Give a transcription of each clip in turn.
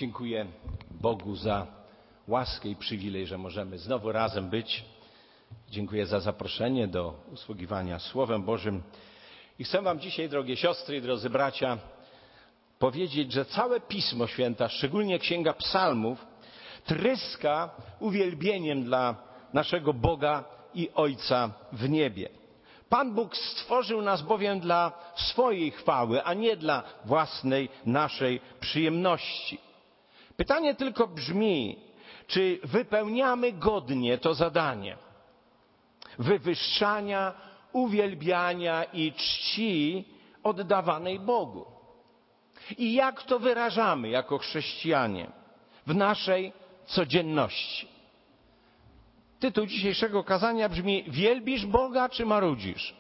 Dziękuję Bogu za łaskę i przywilej, że możemy znowu razem być. Dziękuję za zaproszenie do usługiwania Słowem Bożym. I chcę wam dzisiaj, drogie siostry i drodzy bracia, powiedzieć, że całe Pismo Święte, szczególnie Księga Psalmów, tryska uwielbieniem dla naszego Boga i Ojca w niebie. Pan Bóg stworzył nas bowiem dla swojej chwały, a nie dla własnej, naszej przyjemności. Pytanie tylko brzmi, czy wypełniamy godnie to zadanie wywyższania, uwielbiania i czci oddawanej Bogu. I jak to wyrażamy jako chrześcijanie w naszej codzienności? Tytuł dzisiejszego kazania brzmi: wielbisz Boga czy marudzisz?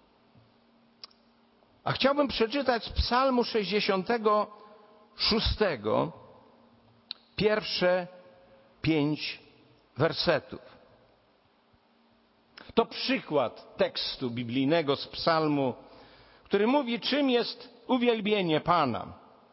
A chciałbym przeczytać z Psalmu 66 pierwsze 5 wersetów. To przykład tekstu biblijnego z Psalmu, który mówi, czym jest uwielbienie Pana.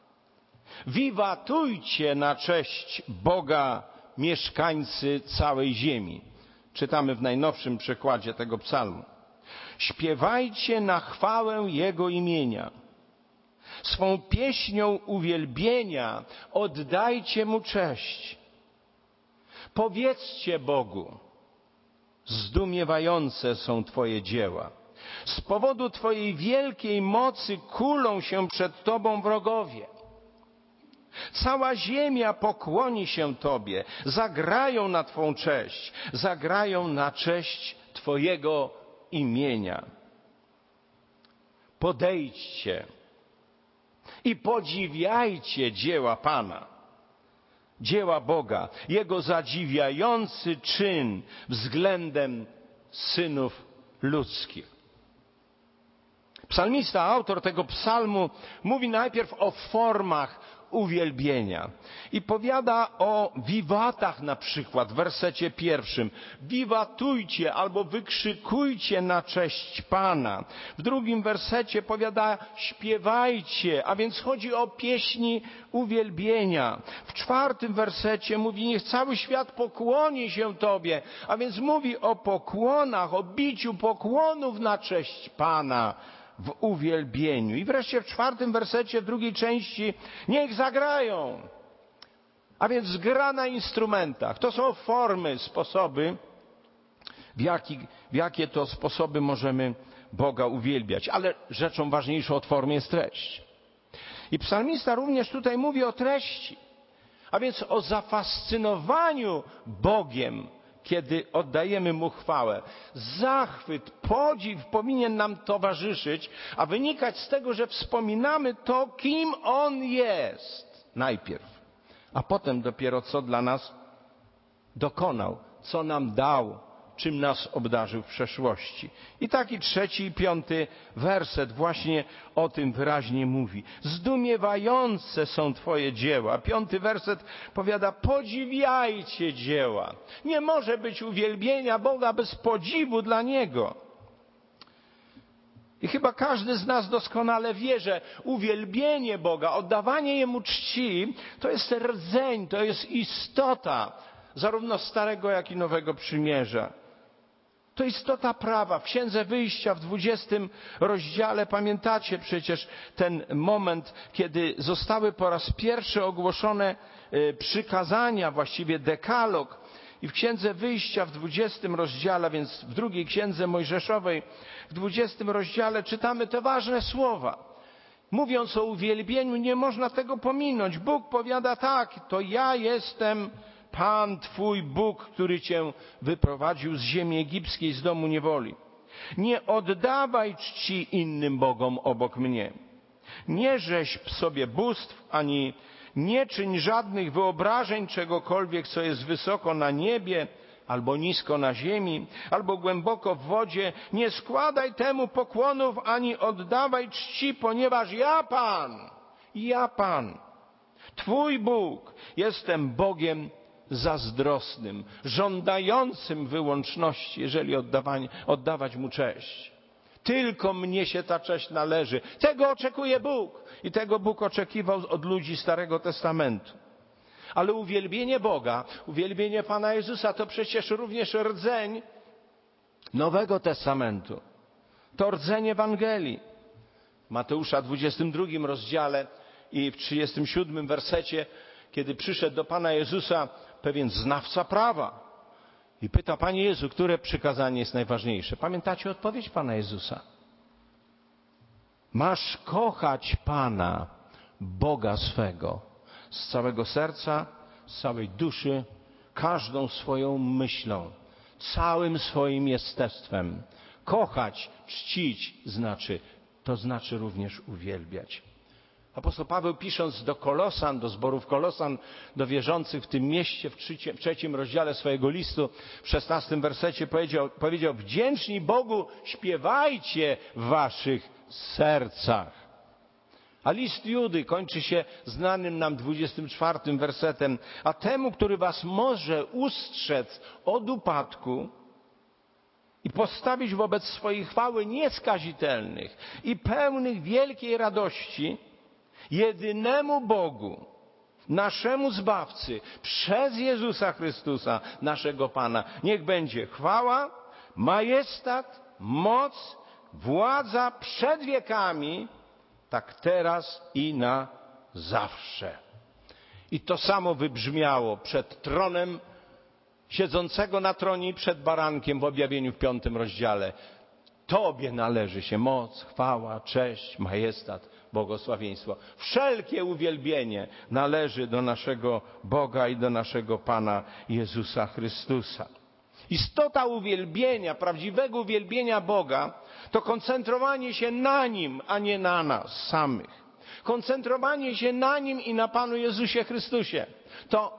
Wiwatujcie na cześć Boga, mieszkańcy całej ziemi. Czytamy w najnowszym przekładzie tego psalmu. Śpiewajcie na chwałę Jego imienia. Swą pieśnią uwielbienia oddajcie Mu cześć. Powiedzcie Bogu, zdumiewające są Twoje dzieła. Z powodu Twojej wielkiej mocy kulą się przed Tobą wrogowie. Cała ziemia pokłoni się Tobie, zagrają na Twą cześć, zagrają na cześć Twojego imienia. Podejdźcie i podziwiajcie dzieła Pana, dzieła Boga, Jego zadziwiający czyn względem synów ludzkich. Psalmista, autor tego psalmu, mówi najpierw o formach uwielbienia i powiada o wiwatach, na przykład w wersecie 1. Wiwatujcie albo wykrzykujcie na cześć Pana. W drugim wersecie powiada śpiewajcie, a więc chodzi o pieśni uwielbienia. W 4. wersecie mówi niech cały świat pokłoni się Tobie, a więc mówi o pokłonach, o biciu pokłonów na cześć Pana w uwielbieniu. I wreszcie w 4. wersecie, w drugiej części, niech zagrają. A więc gra na instrumentach. To są formy, sposoby, w jakie to sposoby możemy Boga uwielbiać. Ale rzeczą ważniejszą od formy jest treść. I psalmista również tutaj mówi o treści. A więc o zafascynowaniu Bogiem, kiedy oddajemy Mu chwałę. Zachwyt, podziw powinien nam towarzyszyć, a wynikać z tego, że wspominamy to, kim On jest najpierw, a potem dopiero co dla nas dokonał, co nam dał, czym nas obdarzył w przeszłości. I taki 3. i 5. werset właśnie o tym wyraźnie mówi. Zdumiewające są Twoje dzieła. 5. werset powiada, podziwiajcie dzieła. Nie może być uwielbienia Boga bez podziwu dla Niego. I chyba każdy z nas doskonale wie, że uwielbienie Boga, oddawanie Jemu czci, to jest rdzeń, to jest istota zarówno Starego, jak i Nowego Przymierza. To istota prawa. W Księdze Wyjścia w 20 rozdziale pamiętacie przecież ten moment, kiedy zostały po raz pierwszy ogłoszone przykazania, właściwie dekalog. I w Księdze Wyjścia w 20 rozdziale, więc w drugiej Księdze Mojżeszowej, w 20 rozdziale czytamy te ważne słowa. Mówiąc o uwielbieniu, nie można tego pominąć. Bóg powiada tak, to ja jestem Pan Twój Bóg, który Cię wyprowadził z ziemi egipskiej, z domu niewoli. Nie oddawaj czci innym bogom obok mnie. Nie rzeźb sobie bóstw, ani nie czyń żadnych wyobrażeń czegokolwiek, co jest wysoko na niebie, albo nisko na ziemi, albo głęboko w wodzie. Nie składaj temu pokłonów, ani oddawaj czci, ponieważ ja Pan, Twój Bóg, jestem Bogiem zazdrosnym, żądającym wyłączności, jeżeli oddawać Mu cześć. Tylko mnie się ta cześć należy. Tego oczekuje Bóg i tego Bóg oczekiwał od ludzi Starego Testamentu. Ale uwielbienie Boga, uwielbienie Pana Jezusa to przecież również rdzeń Nowego Testamentu. To rdzeń Ewangelii. W Mateusza 22 rozdziale i w 37 wersecie, kiedy przyszedł do Pana Jezusa pewien znawca prawa i pyta: Panie Jezu, które przykazanie jest najważniejsze? Pamiętacie odpowiedź Pana Jezusa? Masz kochać Pana, Boga swego, z całego serca, z całej duszy, każdą swoją myślą, całym swoim jestestwem. Kochać, czcić to znaczy również uwielbiać. Apostoł Paweł, pisząc do Kolosan, do zborów Kolosan, do wierzących w tym mieście, w 3 rozdziale swojego listu, w 16 wersecie powiedział: wdzięczni Bogu śpiewajcie w waszych sercach. A list Judy kończy się znanym nam 24 wersetem: a temu, który was może ustrzec od upadku i postawić wobec swojej chwały nieskazitelnych i pełnych wielkiej radości, jedynemu Bogu, naszemu Zbawcy, przez Jezusa Chrystusa, naszego Pana, niech będzie chwała, majestat, moc, władza przed wiekami, tak teraz i na zawsze. I to samo wybrzmiało przed tronem siedzącego na tronie i przed barankiem w objawieniu w 5 rozdziale. Tobie należy się moc, chwała, cześć, majestat, błogosławieństwo. Wszelkie uwielbienie należy do naszego Boga i do naszego Pana Jezusa Chrystusa. Istota uwielbienia, prawdziwego uwielbienia Boga, to koncentrowanie się na Nim, a nie na nas samych. Koncentrowanie się na Nim i na Panu Jezusie Chrystusie. To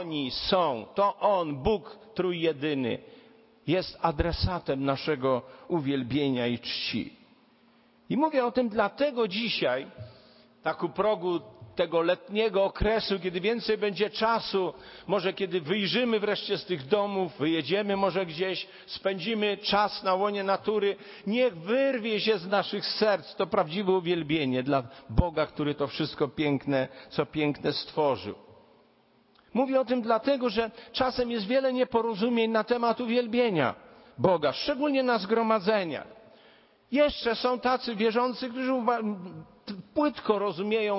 On, Bóg Trójjedyny, jest adresatem naszego uwielbienia i czci. I mówię o tym dlatego dzisiaj, tak u progu tego letniego okresu, kiedy więcej będzie czasu, może kiedy wyjrzymy wreszcie z tych domów, wyjedziemy może gdzieś, spędzimy czas na łonie natury, niech wyrwie się z naszych serc to prawdziwe uwielbienie dla Boga, który to wszystko piękne, co piękne stworzył. Mówię o tym dlatego, że czasem jest wiele nieporozumień na temat uwielbienia Boga, szczególnie na zgromadzeniach. Jeszcze są tacy wierzący, którzy płytko rozumieją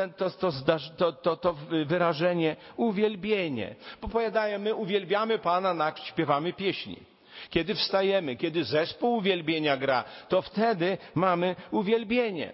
to wyrażenie uwielbienie. Powiadają: my uwielbiamy Pana, śpiewamy pieśni. Kiedy wstajemy, kiedy zespół uwielbienia gra, to wtedy mamy uwielbienie.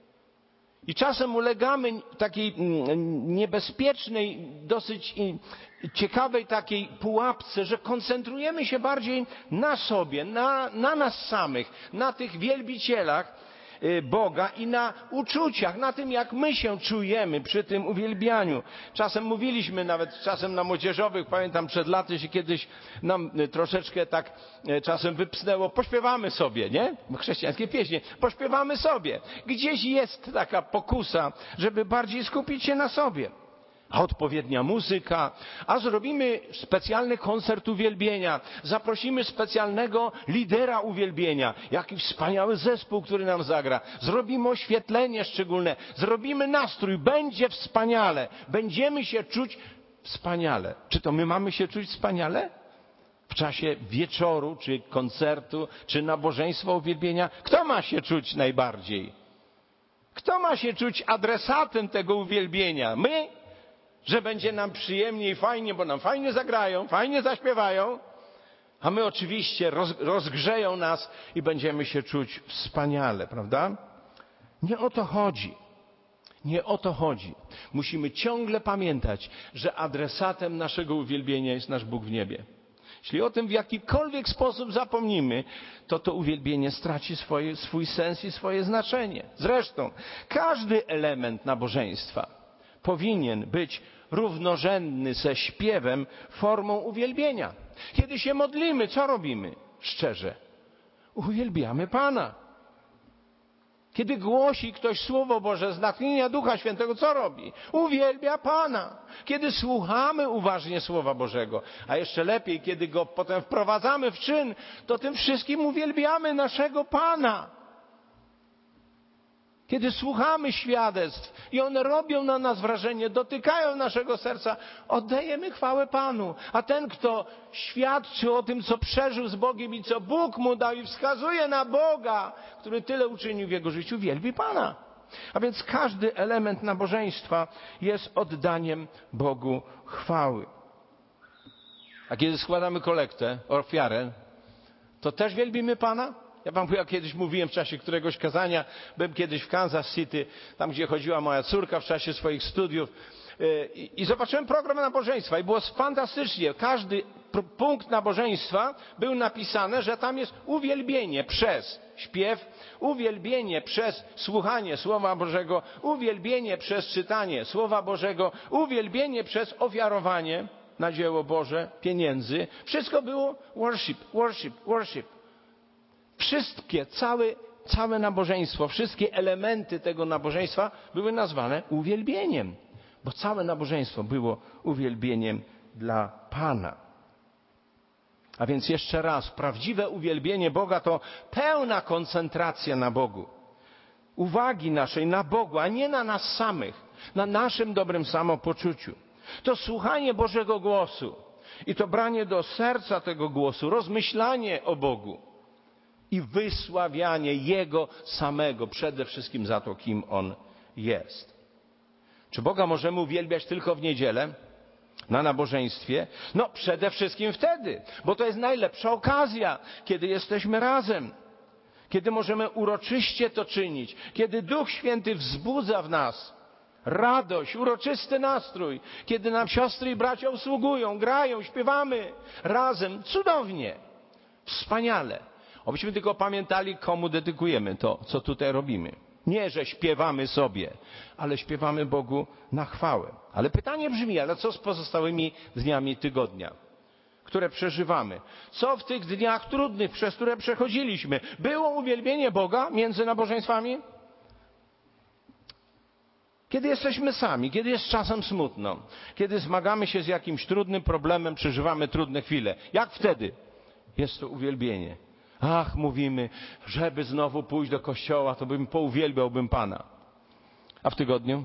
I czasem ulegamy takiej niebezpiecznej, dosyć ciekawej takiej pułapce, że koncentrujemy się bardziej na sobie, na nas samych, na tych wielbicielach Boga i na uczuciach, na tym, jak my się czujemy przy tym uwielbianiu. Czasem mówiliśmy, nawet czasem na młodzieżowych, pamiętam przed laty się kiedyś nam troszeczkę tak czasem wypsnęło: pośpiewamy sobie, nie? Chrześcijańskie pieśni, pośpiewamy sobie. Gdzieś jest taka pokusa, żeby bardziej skupić się na sobie. A odpowiednia muzyka, a zrobimy specjalny koncert uwielbienia, zaprosimy specjalnego lidera uwielbienia, jakiś wspaniały zespół, który nam zagra, zrobimy oświetlenie szczególne, zrobimy nastrój, będzie wspaniale, będziemy się czuć wspaniale. Czy to my mamy się czuć wspaniale? W czasie wieczoru, czy koncertu, czy nabożeństwa uwielbienia? Kto ma się czuć najbardziej? Kto ma się czuć adresatem tego uwielbienia? My? Że będzie nam przyjemnie i fajnie, bo nam fajnie zagrają, fajnie zaśpiewają, a my oczywiście rozgrzeją nas i będziemy się czuć wspaniale, prawda? Nie o to chodzi. Nie o to chodzi. Musimy ciągle pamiętać, że adresatem naszego uwielbienia jest nasz Bóg w niebie. Jeśli o tym w jakikolwiek sposób zapomnimy, to uwielbienie straci swój sens i swoje znaczenie. Zresztą każdy element nabożeństwa powinien być równorzędny ze śpiewem, formą uwielbienia. Kiedy się modlimy, co robimy? Szczerze, uwielbiamy Pana. Kiedy głosi ktoś Słowo Boże z natchnienia Ducha Świętego, co robi? Uwielbia Pana. Kiedy słuchamy uważnie Słowa Bożego, a jeszcze lepiej, kiedy go potem wprowadzamy w czyn, to tym wszystkim uwielbiamy naszego Pana. Kiedy słuchamy świadectw i one robią na nas wrażenie, dotykają naszego serca, oddajemy chwałę Panu. A ten, kto świadczy o tym, co przeżył z Bogiem i co Bóg mu dał i wskazuje na Boga, który tyle uczynił w jego życiu, wielbi Pana. A więc każdy element nabożeństwa jest oddaniem Bogu chwały. A kiedy składamy kolektę, ofiarę, to też wielbimy Pana? Ja kiedyś mówiłem w czasie któregoś kazania, byłem kiedyś w Kansas City, tam gdzie chodziła moja córka w czasie swoich studiów i zobaczyłem program nabożeństwa i było fantastycznie. Każdy punkt nabożeństwa był napisane, że tam jest uwielbienie przez śpiew, uwielbienie przez słuchanie Słowa Bożego, uwielbienie przez czytanie Słowa Bożego, uwielbienie przez ofiarowanie na dzieło Boże pieniędzy. Wszystko było worship, worship, worship. Wszystkie, całe nabożeństwo, wszystkie elementy tego nabożeństwa były nazwane uwielbieniem, bo całe nabożeństwo było uwielbieniem dla Pana. A więc jeszcze raz, prawdziwe uwielbienie Boga to pełna koncentracja na Bogu. Uwagi naszej na Bogu, a nie na nas samych, na naszym dobrym samopoczuciu. To słuchanie Bożego głosu i to branie do serca tego głosu, rozmyślanie o Bogu i wysławianie Jego samego, przede wszystkim za to, kim On jest. Czy Boga możemy uwielbiać tylko w niedzielę, na nabożeństwie? No przede wszystkim wtedy, bo to jest najlepsza okazja, kiedy jesteśmy razem, kiedy możemy uroczyście to czynić, kiedy Duch Święty wzbudza w nas radość, uroczysty nastrój, kiedy nam siostry i bracia usługują, grają, śpiewamy razem, cudownie, wspaniale. Obyśmy tylko pamiętali, komu dedykujemy to, co tutaj robimy. Nie, że śpiewamy sobie, ale śpiewamy Bogu na chwałę. Ale pytanie brzmi, ale co z pozostałymi dniami tygodnia, które przeżywamy? Co w tych dniach trudnych, przez które przechodziliśmy? Było uwielbienie Boga między nabożeństwami? Kiedy jesteśmy sami, kiedy jest czasem smutno, kiedy zmagamy się z jakimś trudnym problemem, przeżywamy trudne chwile. Jak wtedy? Jest to uwielbienie. Ach, mówimy, żeby znowu pójść do kościoła, to pouwielbiałbym Pana. A w tygodniu?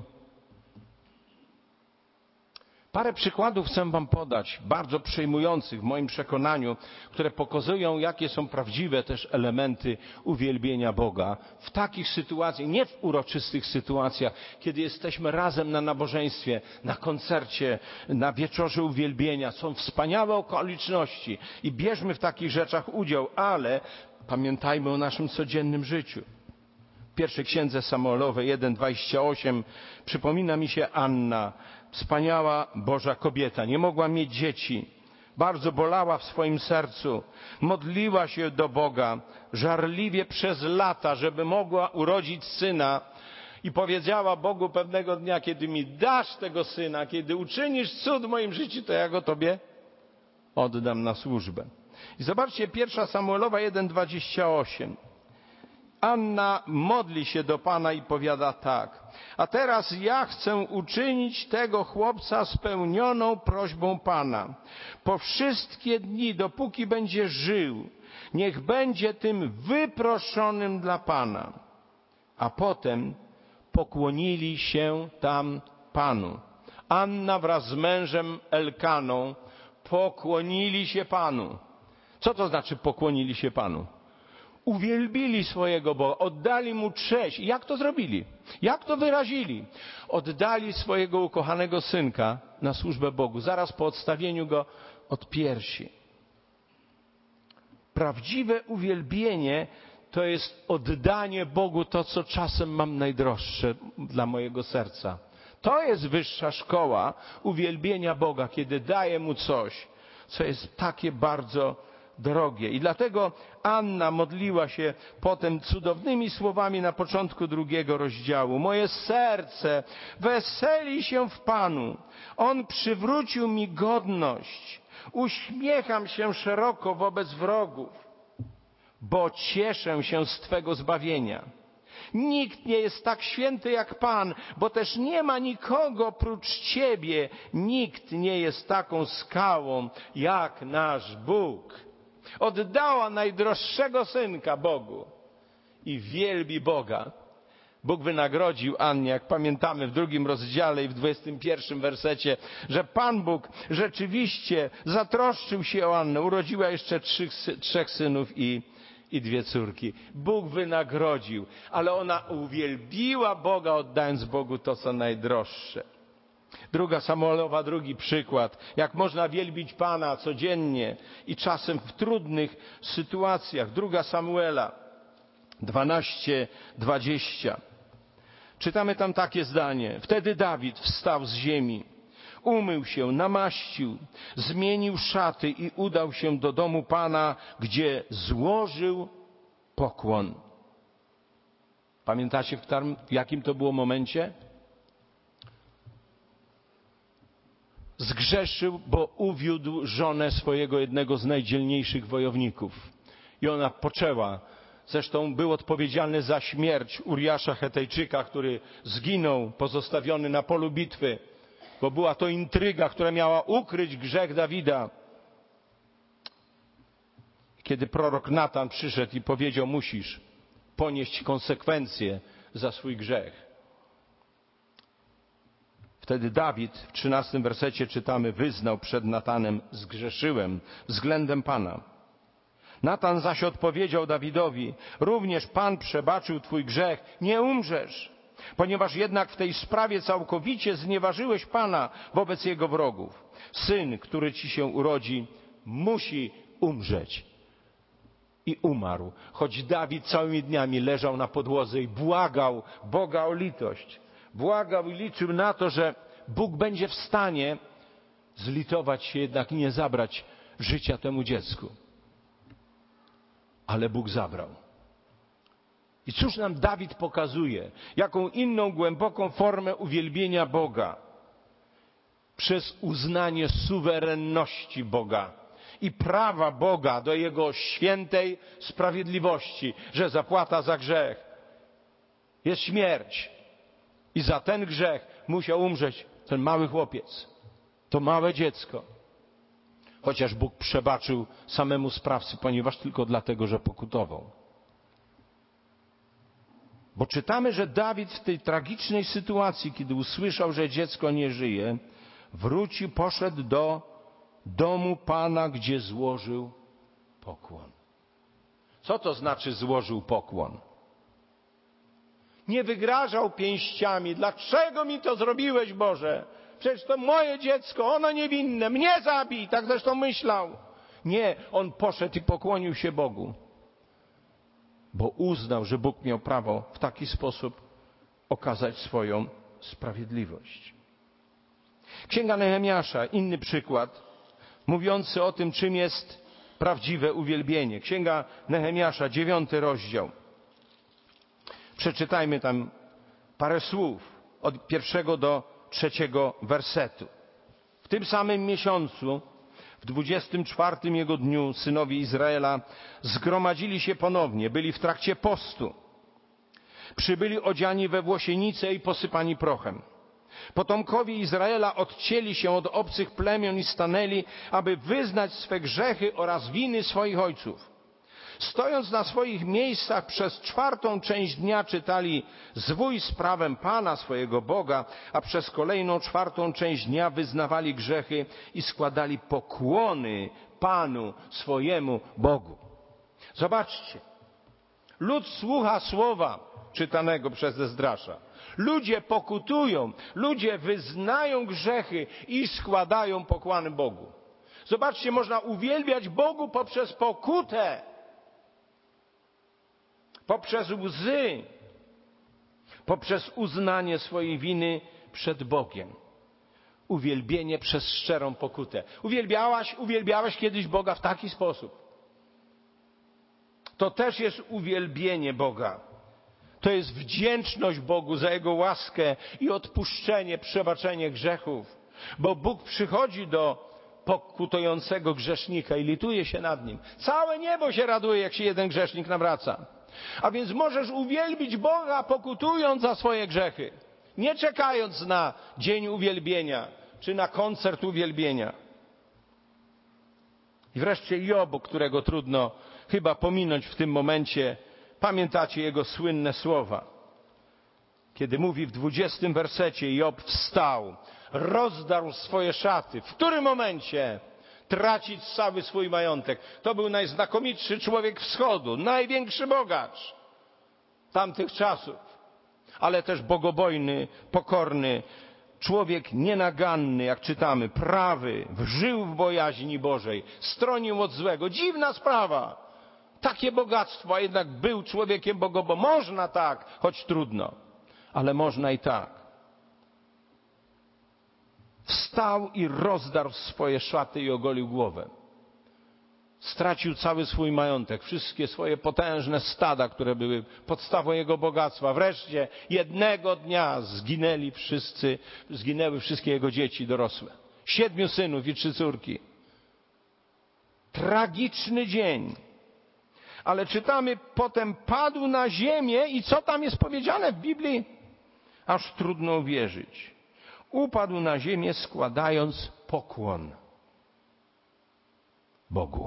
Parę przykładów chcę wam podać, bardzo przejmujących w moim przekonaniu, które pokazują, jakie są prawdziwe też elementy uwielbienia Boga w takich sytuacjach, nie w uroczystych sytuacjach, kiedy jesteśmy razem na nabożeństwie, na koncercie, na wieczorze uwielbienia. Są wspaniałe okoliczności i bierzmy w takich rzeczach udział, ale pamiętajmy o naszym codziennym życiu. W pierwszej księdze Samuelowej 1:28 przypomina mi się Anna, wspaniała Boża kobieta. Nie mogła mieć dzieci. Bardzo bolała w swoim sercu. Modliła się do Boga żarliwie przez lata, żeby mogła urodzić syna. I powiedziała Bogu pewnego dnia, kiedy mi dasz tego syna, kiedy uczynisz cud w moim życiu, to ja go Tobie oddam na służbę. I zobaczcie, 1 Samuelowa 1:28. Anna modli się do Pana i powiada tak: a teraz ja chcę uczynić tego chłopca spełnioną prośbą Pana. Po wszystkie dni, dopóki będzie żył, niech będzie tym wyproszonym dla Pana. A potem pokłonili się tam Panu. Anna wraz z mężem Elkaną pokłonili się Panu. Co to znaczy pokłonili się Panu? Uwielbili swojego Boga, oddali Mu cześć. I jak to zrobili? Jak to wyrazili? Oddali swojego ukochanego synka na służbę Bogu, zaraz po odstawieniu go od piersi. Prawdziwe uwielbienie to jest oddanie Bogu to, co czasem mam najdroższe dla mojego serca. To jest wyższa szkoła uwielbienia Boga, kiedy daję Mu coś, co jest takie bardzo drogie. I dlatego Anna modliła się potem cudownymi słowami na początku 2 rozdziału. Moje serce weseli się w Panu. On przywrócił mi godność. Uśmiecham się szeroko wobec wrogów, bo cieszę się z Twego zbawienia. Nikt nie jest tak święty jak Pan, bo też nie ma nikogo prócz Ciebie. Nikt nie jest taką skałą jak nasz Bóg. Oddała najdroższego synka Bogu i wielbi Boga Bóg wynagrodził Annie, jak pamiętamy w 2 rozdziale i w 21 wersecie, że Pan Bóg rzeczywiście zatroszczył się o Annę. Urodziła jeszcze 3 synów i 2 córki. Bóg wynagrodził, ale ona uwielbiła Boga, oddając Bogu to, co najdroższe. 2 Samuelowa, drugi przykład, jak można wielbić Pana codziennie i czasem w trudnych sytuacjach. 2 Samuela 12:20. Czytamy tam takie zdanie. Wtedy Dawid wstał z ziemi, umył się, namaścił, zmienił szaty i udał się do domu Pana, gdzie złożył pokłon. Pamiętacie, w jakim to było momencie? Zgrzeszył, bo uwiódł żonę swojego jednego z najdzielniejszych wojowników. I ona poczęła. Zresztą był odpowiedzialny za śmierć Uriasza Hetejczyka, który zginął pozostawiony na polu bitwy, bo była to intryga, która miała ukryć grzech Dawida. Kiedy prorok Natan przyszedł i powiedział: musisz ponieść konsekwencje za swój grzech. Wtedy Dawid w 13 wersecie czytamy: wyznał przed Natanem: zgrzeszyłem względem Pana. Natan zaś odpowiedział Dawidowi: również Pan przebaczył twój grzech, nie umrzesz, ponieważ jednak w tej sprawie całkowicie znieważyłeś Pana wobec jego wrogów. Syn, który ci się urodzi, musi umrzeć. I umarł, choć Dawid całymi dniami leżał na podłodze i błagał Boga o litość. Błagał i liczył na to, że Bóg będzie w stanie zlitować się jednak i nie zabrać życia temu dziecku. Ale Bóg zabrał. I cóż nam Dawid pokazuje? Jaką inną głęboką formę uwielbienia Boga? Przez uznanie suwerenności Boga i prawa Boga do Jego świętej sprawiedliwości, że zapłata za grzech jest śmierć. I za ten grzech musiał umrzeć ten mały chłopiec, to małe dziecko. Chociaż Bóg przebaczył samemu sprawcy, ponieważ tylko dlatego, że pokutował. Bo czytamy, że Dawid w tej tragicznej sytuacji, kiedy usłyszał, że dziecko nie żyje, wrócił, poszedł do domu Pana, gdzie złożył pokłon. Co to znaczy złożył pokłon? Nie wygrażał pięściami. Dlaczego mi to zrobiłeś, Boże? Przecież to moje dziecko, ono niewinne, mnie zabij, tak zresztą myślał. Nie, on poszedł i pokłonił się Bogu, bo uznał, że Bóg miał prawo w taki sposób okazać swoją sprawiedliwość. Księga Nehemiasza, inny przykład, mówiący o tym, czym jest prawdziwe uwielbienie. Księga Nehemiasza, 9 rozdział. Przeczytajmy tam parę słów od 1 do 3 wersetu. W tym samym miesiącu, w 24 jego dniu, synowie Izraela zgromadzili się ponownie, byli w trakcie postu. Przybyli odziani we włosienice i posypani prochem. Potomkowie Izraela odcięli się od obcych plemion i stanęli, aby wyznać swe grzechy oraz winy swoich ojców. Stojąc na swoich miejscach przez 4. część dnia czytali zwój z prawem Pana swojego Boga, a przez kolejną 4. część dnia wyznawali grzechy i składali pokłony Panu swojemu Bogu. Zobaczcie, lud słucha słowa czytanego przez Ezdrasza. Ludzie pokutują, ludzie wyznają grzechy i składają pokłony Bogu. Zobaczcie, można uwielbiać Bogu poprzez pokutę, poprzez łzy, poprzez uznanie swojej winy przed Bogiem. Uwielbienie przez szczerą pokutę. Uwielbiałeś kiedyś Boga w taki sposób. To też jest uwielbienie Boga. To jest wdzięczność Bogu za Jego łaskę i odpuszczenie, przebaczenie grzechów. Bo Bóg przychodzi do pokutującego grzesznika i lituje się nad nim. Całe niebo się raduje, jak się jeden grzesznik nawraca. A więc możesz uwielbić Boga, pokutując za swoje grzechy, nie czekając na dzień uwielbienia, czy na koncert uwielbienia. I wreszcie Jobu, którego trudno chyba pominąć w tym momencie. Pamiętacie jego słynne słowa. kiedy mówi w 20 wersecie: Job wstał, rozdarł swoje szaty. W którym momencie tracić cały swój majątek? To był najznakomitszy człowiek wschodu, największy bogacz tamtych czasów, ale też bogobojny, pokorny, człowiek nienaganny, jak czytamy, prawy, żył w bojaźni Bożej, stronił od złego. Dziwna sprawa. Takie bogactwo, a jednak był człowiekiem bogobojnym. Można tak, choć trudno, ale można i tak. Wstał i rozdarł swoje szaty i ogolił głowę. Stracił cały swój majątek, wszystkie swoje potężne stada, które były podstawą jego bogactwa. Wreszcie jednego dnia zginęły wszystkie jego dzieci dorosłe. 7 synów i 3 córki. Tragiczny dzień. Ale czytamy, potem padł na ziemię i co tam jest powiedziane w Biblii? Aż trudno uwierzyć. Upadł na ziemię, składając pokłon Bogu.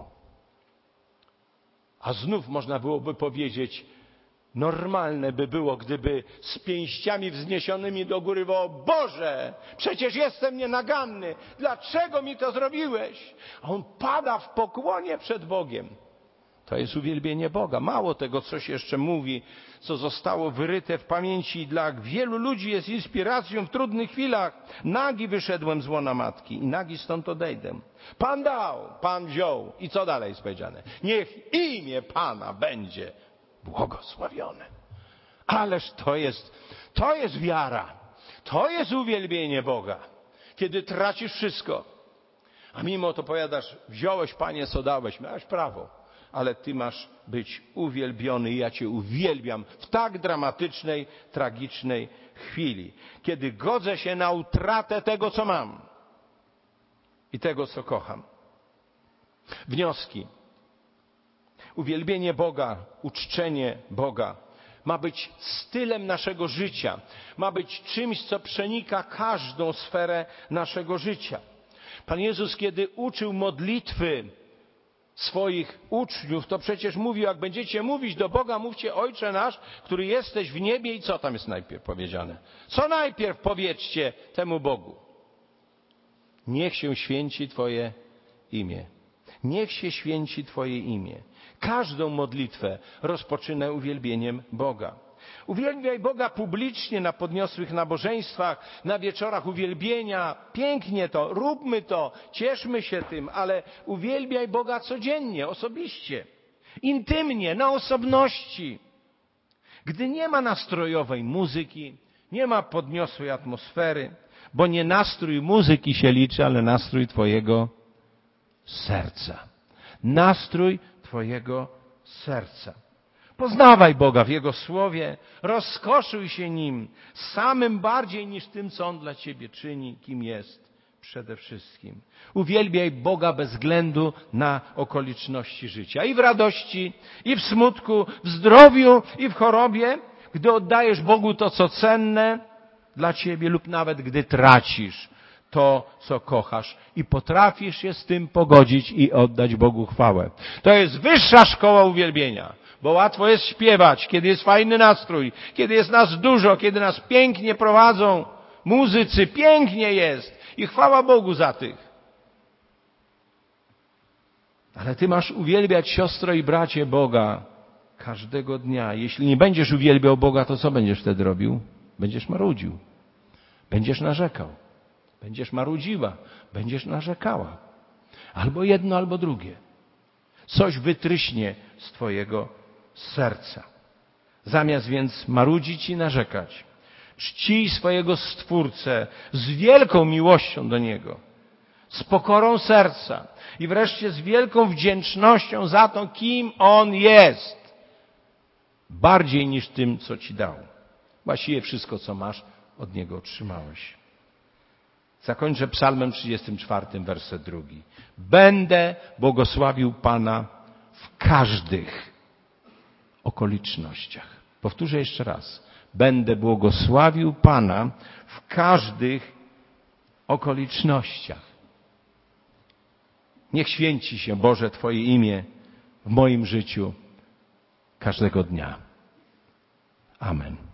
A znów można byłoby powiedzieć, normalne by było, gdyby z pięściami wzniesionymi do góry wołał: Boże, przecież jestem nienaganny, dlaczego mi to zrobiłeś? A on pada w pokłonie przed Bogiem. To jest uwielbienie Boga. Mało tego, coś jeszcze mówi, co zostało wyryte w pamięci i dla wielu ludzi jest inspiracją w trudnych chwilach. Nagi wyszedłem z łona matki i nagi stąd odejdę. Pan dał, Pan wziął. I co dalej jest powiedziane? Niech imię Pana będzie błogosławione. Ależ to jest wiara. To jest uwielbienie Boga. Kiedy tracisz wszystko, a mimo to powiadasz: wziąłeś, Panie, co dałeś, miałeś prawo. Ale Ty masz być uwielbiony i ja Cię uwielbiam w tak dramatycznej, tragicznej chwili. Kiedy godzę się na utratę tego, co mam i tego, co kocham. Wnioski. Uwielbienie Boga, uczczenie Boga ma być stylem naszego życia. Ma być czymś, co przenika każdą sferę naszego życia. Pan Jezus, kiedy uczył modlitwy swoich uczniów, to przecież mówił: jak będziecie mówić do Boga, mówcie: Ojcze nasz, który jesteś w niebie. I co tam jest najpierw powiedziane? Co najpierw powiedzcie temu Bogu? Niech się święci Twoje imię. Niech się święci Twoje imię. Każdą modlitwę rozpoczynę uwielbieniem Boga. Uwielbiaj Boga publicznie na podniosłych nabożeństwach, na wieczorach uwielbienia. Pięknie to, róbmy to, cieszmy się tym, ale uwielbiaj Boga codziennie, osobiście, intymnie, na osobności. Gdy nie ma nastrojowej muzyki, nie ma podniosłej atmosfery, bo nie nastrój muzyki się liczy, ale nastrój Twojego serca. Nastrój Twojego serca. Poznawaj Boga w Jego Słowie, rozkoszuj się Nim, samym bardziej niż tym, co On dla Ciebie czyni, kim jest przede wszystkim. Uwielbiaj Boga bez względu na okoliczności życia. I w radości, i w smutku, w zdrowiu, i w chorobie, gdy oddajesz Bogu to, co cenne dla Ciebie, lub nawet gdy tracisz to, co kochasz i potrafisz się z tym pogodzić i oddać Bogu chwałę. To jest wyższa szkoła uwielbienia, bo łatwo jest śpiewać, kiedy jest fajny nastrój, kiedy jest nas dużo, kiedy nas pięknie prowadzą muzycy, pięknie jest i chwała Bogu za tych. Ale Ty masz uwielbiać, siostro i bracie, Boga każdego dnia. Jeśli nie będziesz uwielbiał Boga, to co będziesz wtedy robił? Będziesz marudził, będziesz narzekał. Będziesz marudziła, będziesz narzekała. Albo jedno, albo drugie. Coś wytryśnie z Twojego serca. Zamiast więc marudzić i narzekać, czcij swojego Stwórcę z wielką miłością do Niego, z pokorą serca i wreszcie z wielką wdzięcznością za to, kim On jest. Bardziej niż tym, co Ci dał. Właściwie wszystko, co masz, od Niego otrzymałeś. Zakończę psalmem 34, werset 2. Będę błogosławił Pana w każdych okolicznościach. Powtórzę jeszcze raz. Będę błogosławił Pana w każdych okolicznościach. Niech święci się, Boże, Twoje imię w moim życiu każdego dnia. Amen.